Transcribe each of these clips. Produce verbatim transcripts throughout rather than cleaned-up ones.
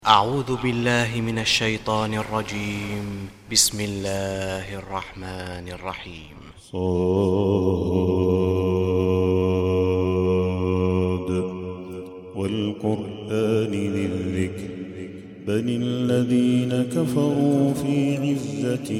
أعوذ بالله من الشيطان الرجيم. بسم الله الرحمن الرحيم. صاد والقرآن ذي الذكر بل الذين كفروا في عزة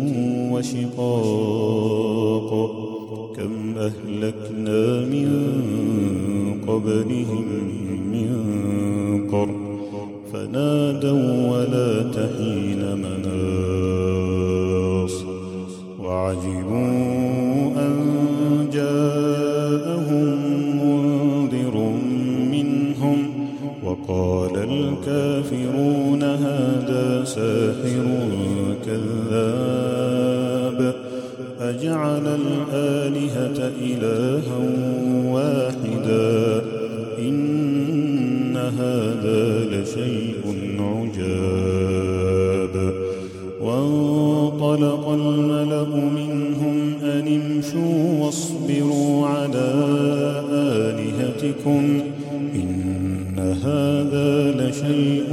وشقاق كم أهلكنا من قبلهم من قرن فنادوا ولا تحين مناص وعجبوا أن جاءهم منذر منهم وقال الكافرون هذا ساحر كذاب أجعل الآلهة إلها واحدا إن هذا لشيء عجاب وانطلق الملأ منهم أن امشوا واصبروا على آلهتكم إن هذا لشيء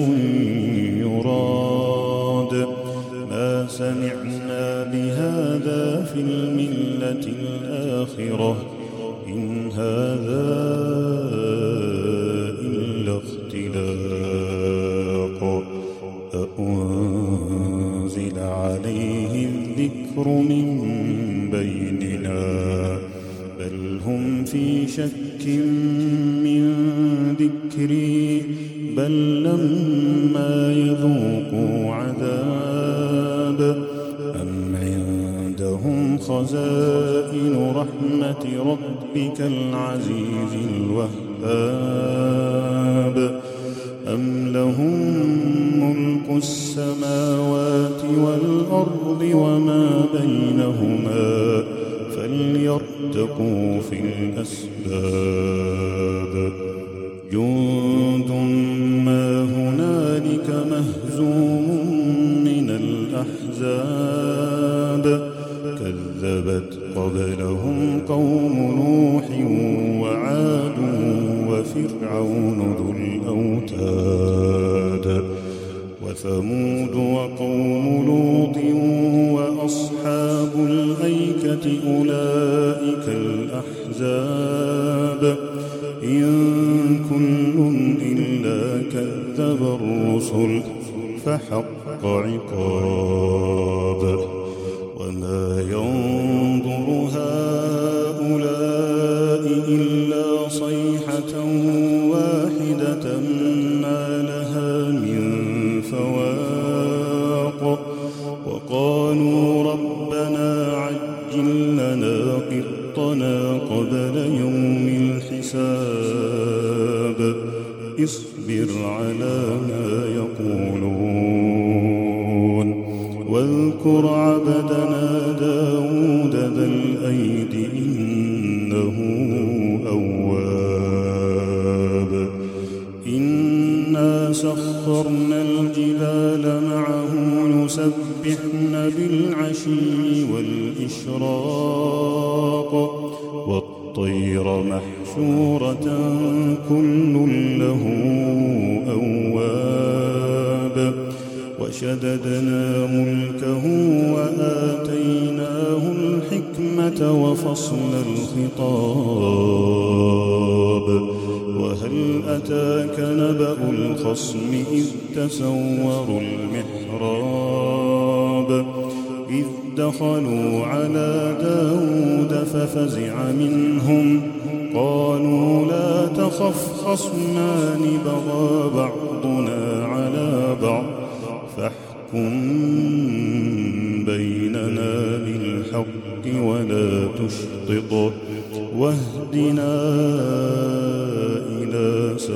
يراد ما سمعنا بهذا في الملة الآخرة إن هذا إلا اختلاق أأنزل عليه الذكر من بيننا بل هم في شك من ذكري بل لما يذوقوا عذاب أم عندهم خزائن رحمة ربك العزيز الوهاب أم لهم ملك السماوات والأرض وما بينهما فليرتقوا في الأسباب جند ما هنالك مهزوم من الأحزاب كذبت قبلهم قوم نوح وعاد وفرعون ذو الأوتاد وثمود وقوم لوط وأصحاب الأيكة أولئك الأحزاب إن كل إلا كذب الرسل فحق عقاب وما ينظر هؤلاء إلا صيحة واحدة ما لها من فواق وقالوا ربنا عجل لنا قطنا قبل يوم الحساب اصبر على ما يقولون واذكر عبدنا داود ذا الأيد إنه أواب إنا سخرنا الجبال معه يسبحن بالعشي والإشراق والطير محشورة كل له أواب وشددنا ملكه وآتيناه الحكمة وفصل الخطاب وهل أتاك نبأ الخصم إذ تسوروا المحراب إذ دخلوا على داود ففزع منهم قالوا لا تخف خصمان بغى بعضنا على بعض فاحكم بيننا بالحق ولا تشطط واهدنا إلى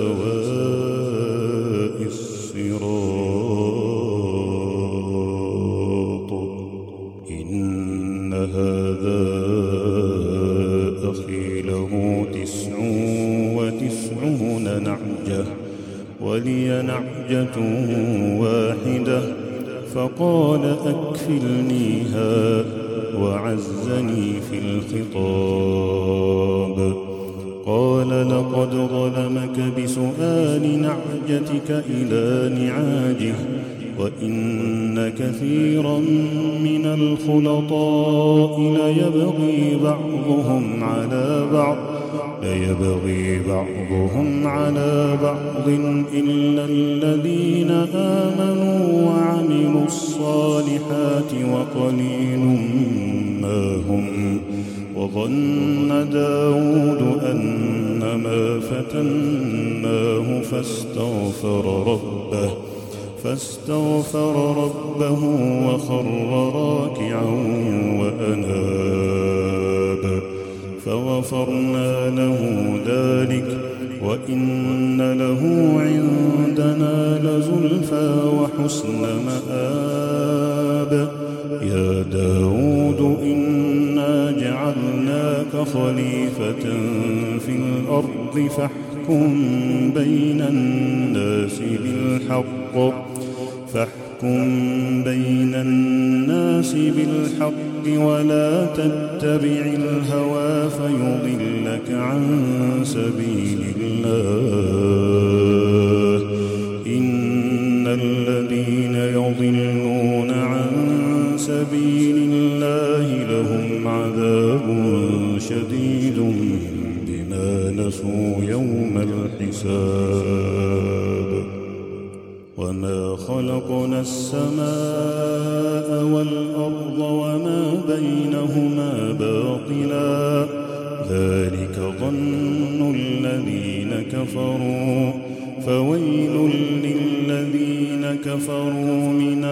سواء الصراط إن هذا أخي له تسع وتسعون نعجة ولي نعجة واحدة فقال أكفلنيها وعزني في الخطاب قال لقد ظلمك بسؤال نعجتك إلى نعاجه وإن كثيرا من الخلطاء ليبغي بعضهم على بعض ليبغي بعضهم على بعض إلا الذين آمنوا وعملوا الصالحات وقليل ما هم. وظن داود أنما فتناه فاستغفر ربه فاستغفر ربه وخر راكعا وأناب فغفرنا له ذلك وإن له عندنا لزلفى وحسن مآب. يا داود إنا جعلناك خليفة في الأرض فاحكم بين الناس بالحق فاحكم بين الناس بالحق ولا تتبع الهوى فيضلك عن سبيل الله. إن الذين يضلون عن سبيل الله لهم عذاب شديد بما نسوا يوم الحساب. وما خلقنا السماء والأرض وما بينهما باطلا ذلك ظن الذين كفروا فويل للذين كفروا من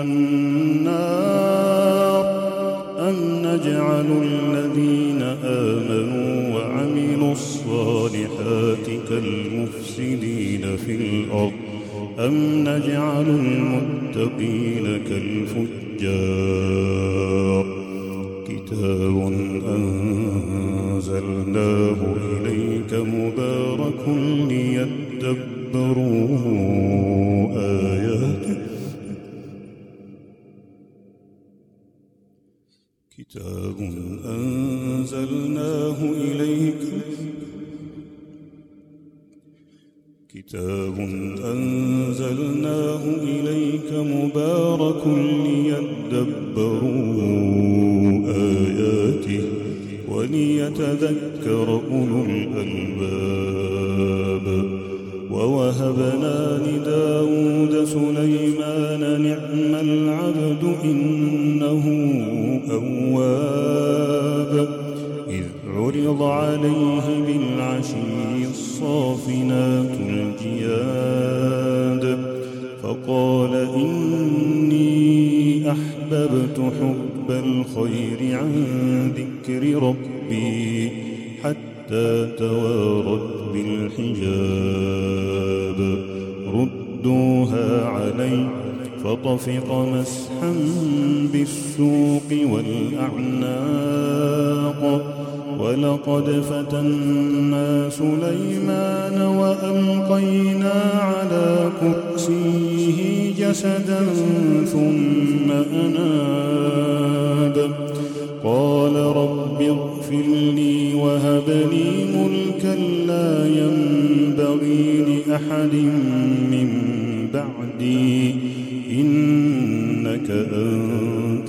النار. أم نجعل الذين آمنوا وعملوا الصالحات كالمفسدين في الأرض أم نجعل المتقين كالفجار. كتاب أنزلناه إليك مبارك ليدبروا آياته كتاب أنزلناه إليك كتاب أنزلناه إليك مبارك ليدبروا آياته وليتذكر أولو الألباب. ووهبنا لداود سليمان نعم العبد إنه أواب. إذ عرض عليه بالعشي الصافنات الجياد فقال إني أحببت حب الخير عن ذكر ربي حتى توارت بالحجاب. ردوها علي فطفق مسحا بالسوق والأعناق. ولقد فتنا سليمان وألقينا على كرسيه جسدا ثم أناب. قال رب اغفر لي وهب لي ملكا لا ينبغي لأحد من بعدي إنك أنت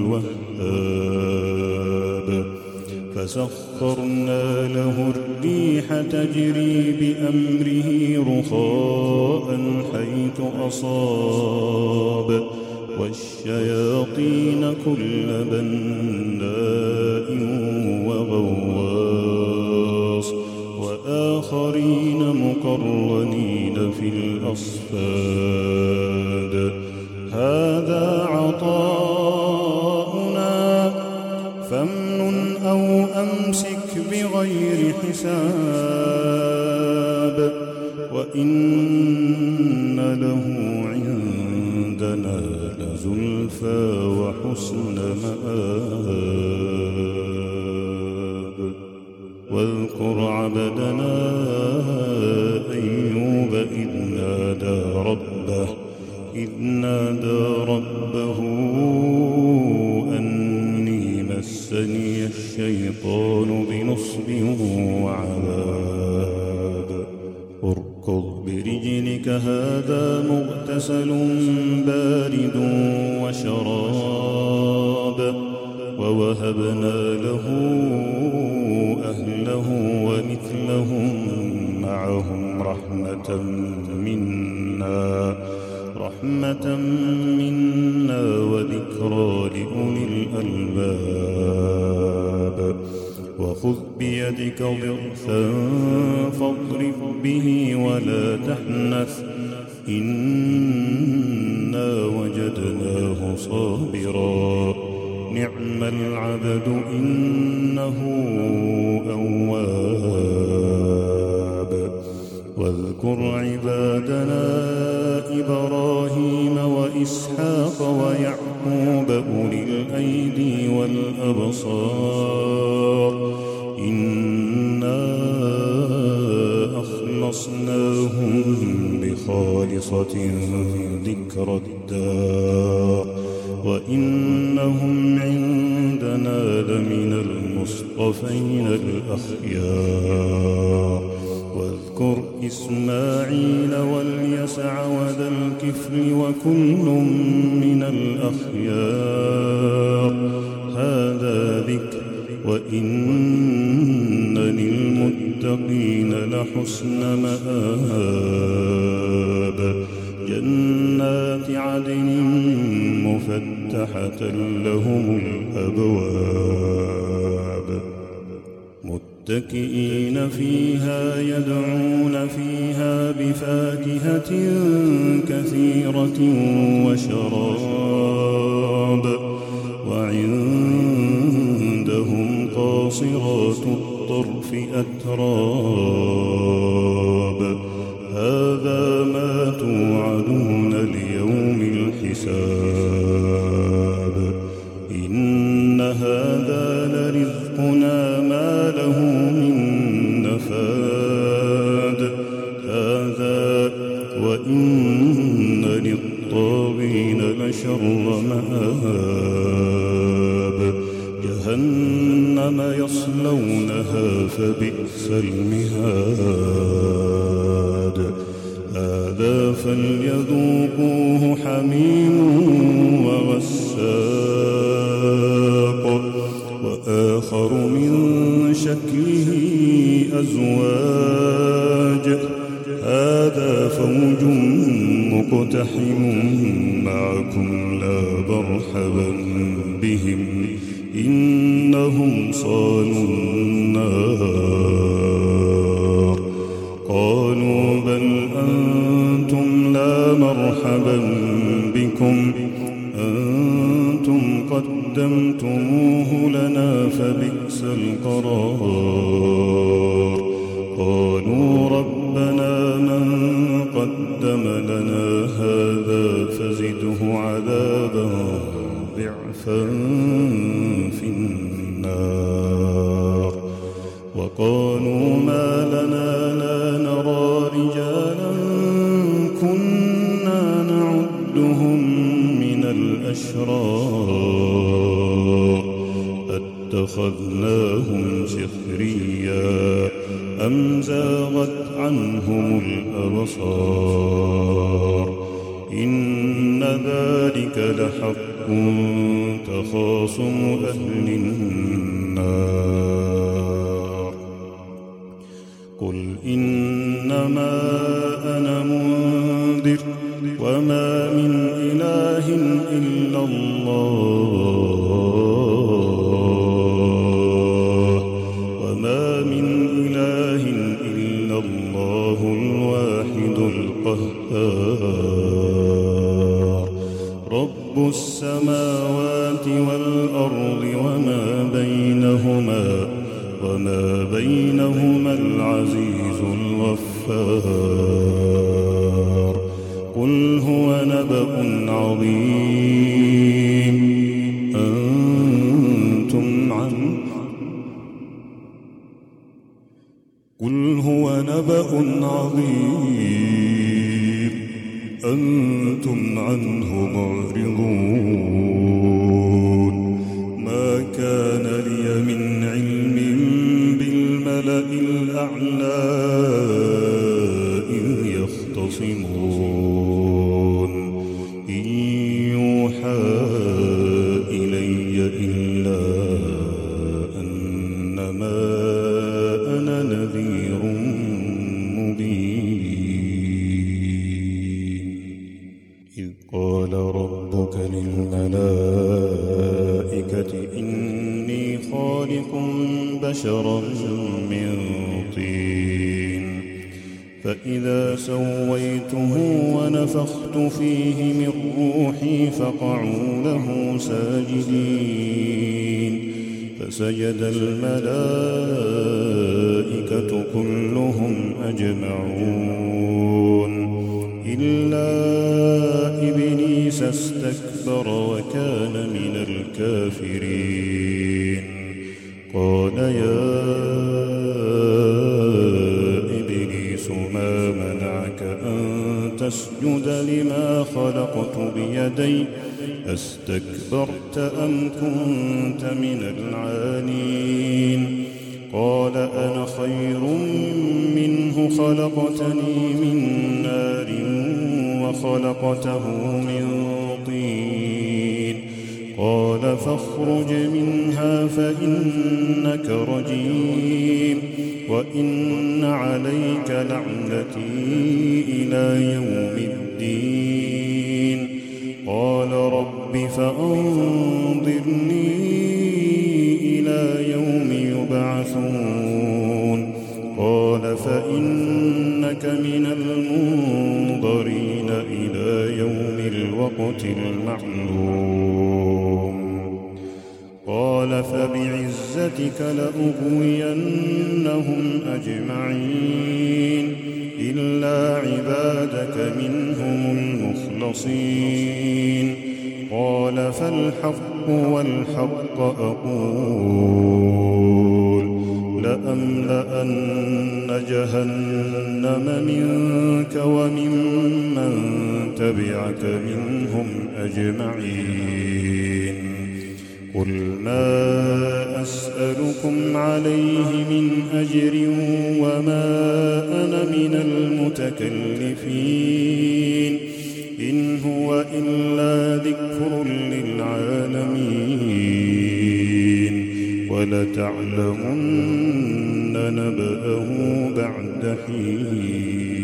الوهاب. فسخرنا له الريح تجري بأمره رخاء حيث أصاب والشياطين كل بناء وغواص وآخرين مقرنين في الأصفاد. هذا عطاؤنا فامنن أو أمسك بغير حساب. وإن له عندنا لزلفى وحسن مآب. واذكر عبدنا أيوب إذ نادى ربه إذ نادى ربه أني مسني الشيطان بنصب وعذاب. قبلك هذا مغتسل بارد وشراب ووهبنا له أهله ومثلهم معهم رحمة منا رحمة منا وذكرى لأولي الألباب وخذ بيدك ضغثا فاضرب به ولا تحنث إنا وجدناه صابرا نعم العبد إنه أواب واذكر عبادنا إبراهيم وإسحاق ويعقوب أولي الأيدي والأبصار إنا أخلصناهم بخالصة ذكر الدار وإنهم عندنا لمن المصطفين الأخيار واذكر إسماعيل واليسع وذا الكفل وكل من الأخيار هذا ذكر وإن للمتقين لحسن مآب جنات عدن مفتحة لهم الأبواب متكئين فيها يدعون فيها بفاكهة كثيرة وشراب وعندهم قاصرات الطرف أتراب هذا ما توعدون ليوم الحساب إن هذا لرزقنا ما له من نفاد هذا وإن للطاغين لشر مآب جهنم يصلونها فبئس المهاد هذا فليذوقوه حميم وغساق وآخر من شكله أزواج هذا فوج مقتحم معكم لا مرحبا بهم إنهم صالوا النار قالوا بل أنتم لا مرحبا بكم أنتم قدمتموه لنا فبئس القرار قالوا ربنا من قدم لنا هذا فزده عذابا ضعفا في النار وقالوا ما لنا لا نرى رجالا كنا نعدهم من الأشرار اتخذناهم سخريا أم زاغت عنهم الأبصار إن ذلك لحق تخاصم أهل النار قل إنما أنا منذر وما من إله إلا الله وما من إله إلا الله الواحد القهار رب السماوات والأرض وما بينهما وما بينهما العزيز الغفار قل هو نبأ عظيم أنتم عنه قل هو نبأ عظيم أنتم عنه معرضون ما كان لي من علم بالملأ الأعلى إذ يختصمون إذ قال ربك للملائكة إني خالق بشرا من طين فإذا سويته ونفخت فيه من روحي فقعوا له ساجدين فسجد الملائكة كلهم أجمعون إلا إبليس استكبر وكان من الكافرين قال يا إبليس ما منعك أن تسجد لما خلقت بيدي أستكبرت أم كنت من العالين قال أنا خير منه خلقتني من نار وخلقته من طين قال فاخرج منها فإنك رجيم وإن عليك لعنتي إلى يوم الدين قال رب فأنظرني إلى يوم يبعثون قال فإنك من المنظرين إلى يوم الوقت المعلوم قال فبعزتك لأغوينهم أجمعين إلا عبادك منهم المخلصين قال فالحق والحق أقول لأملأن جهنم منك وممن تبعك منهم أجمعين قل ما أسألكم عليه من أجر وما أنا من المتكلفين إن هو إلا ذكر للعالمين ولتعلمن نبأه بعد حين